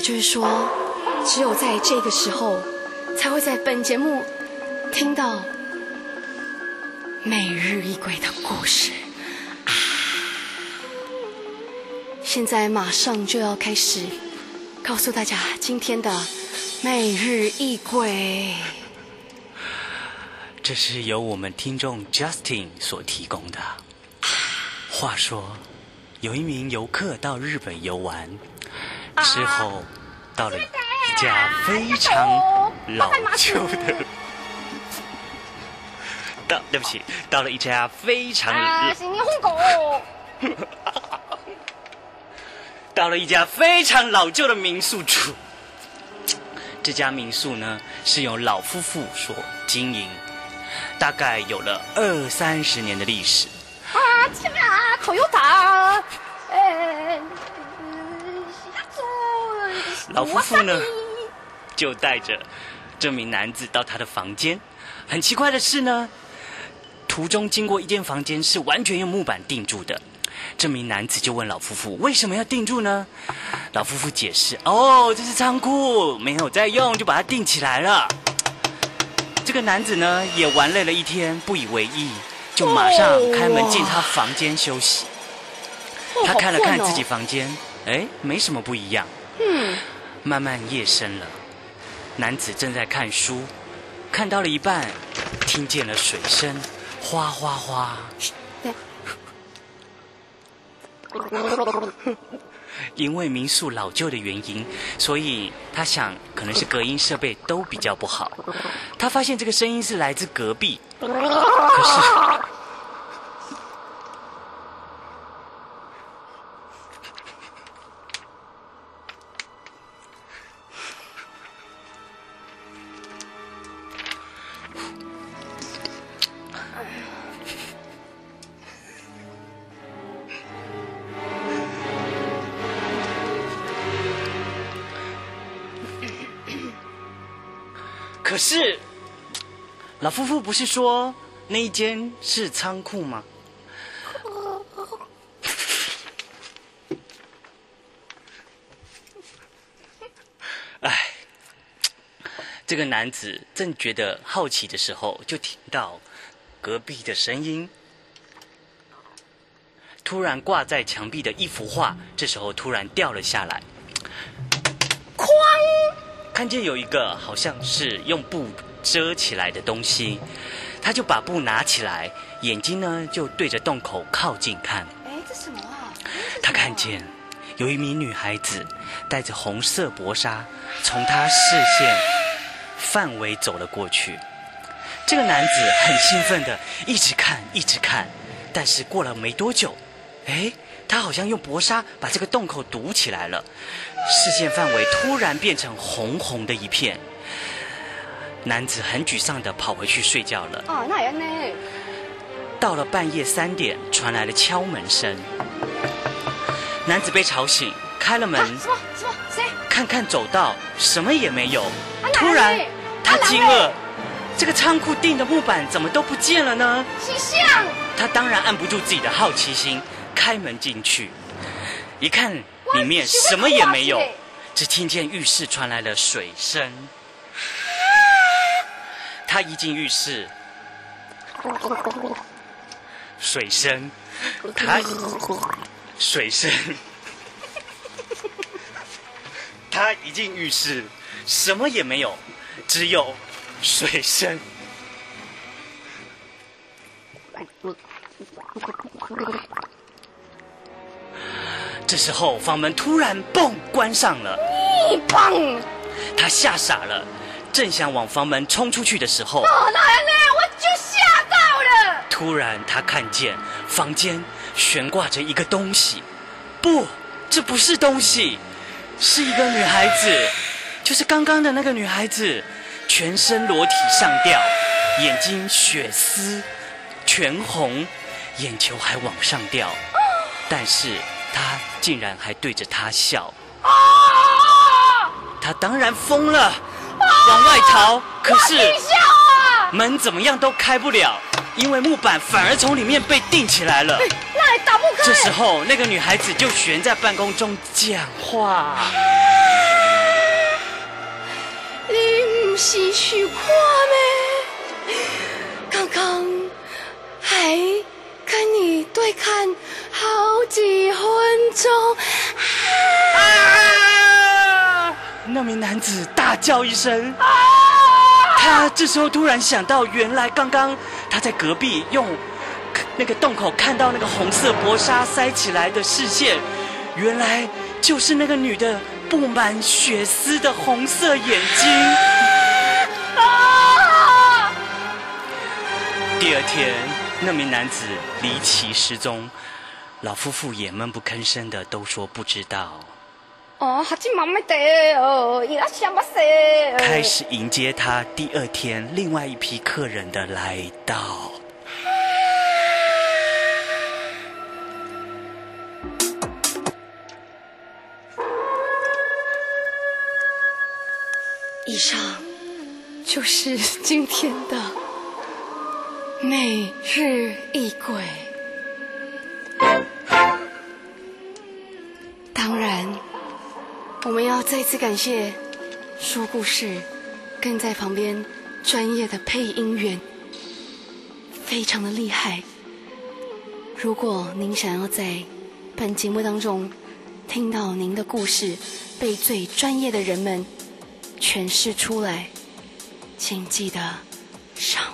就是说，只有在这个时候，才会在本节目听到每日一鬼的故事啊！现在马上就要开始告诉大家今天的每日一鬼。 这是由我们听众 Justin 所提供的。话说，有一名游客到日本游玩，之后到了一家非常老旧的，对不起，到了一家非常到了一家非常老旧的民宿处。这家民宿呢，是由老夫妇所经营，大概有了20-30年的历史。老夫妇呢，就带着这名男子到他的房间。很奇怪的是呢，途中经过一间房间是完全用木板定住的。这名男子就问老夫妇为什么要定住呢？老夫妇解释：哦，这是仓库，没有在用，就把它定起来了。这个男子呢，也玩累了一天，不以为意，就马上开门进他房间休息。他看了看自己房间，没什么不一样。慢慢夜深了，男子正在看书，看到了一半，听见了水声，哗哗哗。因为民宿老旧的原因，所以他想可能是隔音设备都比较不好。他发现这个声音是来自隔壁，可是老夫妇不是说那一间是仓库吗？这个男子正觉得好奇的时候，就听到隔壁的声音。突然挂在墙壁的一幅画，这时候突然掉了下来，哐！看见有一个好像是用布遮起来的东西，他就把布拿起来，眼睛呢就对着洞口靠近看。 这什么啊？ 他看见有一名女孩子带着红色薄纱从他视线范围走了过去。这个男子很兴奋的一直看，但是过了没多久，他好像用薄纱把这个洞口堵起来了，视线范围突然变成红红的一片。男子很沮丧地跑回去睡觉了。 那也呢。 到了半夜3点，传来了敲门声。男子被吵醒，开了门。 什么？谁？ 看看走道，什么也没有。突然，他惊愕，这个仓库钉的木板怎么都不见了呢？ 西巷。 他当然按不住自己的好奇心，开门进去，一看里面什么也没有，只听见浴室传来了水声。他一进浴室，水声，他一进浴室，什么也没有，只有水声。这时候房门突然嘣关上了，他吓傻了，正想往房门冲出去的时候， 那我就吓到了。 突然他看见房间悬挂着一个东西，不，这不是东西，是一个女孩子，就是刚刚的那个女孩子，全身裸体上吊，眼睛血丝全红，眼球还往上吊，但是他竟然还对着他笑。他当然疯了，往外逃，可是门怎么样都开不了，因为木板反而从里面被钉起来了。 那也打不开。 这时候那个女孩子就悬在半空中讲话。 许看咩？刚刚还跟你对看好几分钟。 那名男子大叫一声，他这时候突然想到，原来刚刚他在隔壁用那个洞口看到那个红色薄纱塞起来的视线，原来就是那个女的布满血丝的红色眼睛。第二天，那名男子离奇失踪，老夫妇也闷不吭声的都说不知道。开始迎接他第二天另外一批客人的来到。 以上就是今天的每日一鬼。当然，我们要再次感谢说故事跟在旁边专业的配音员，非常的厉害。如果您想要在本节目当中听到您的故事被最专业的人们诠释出来，请记得上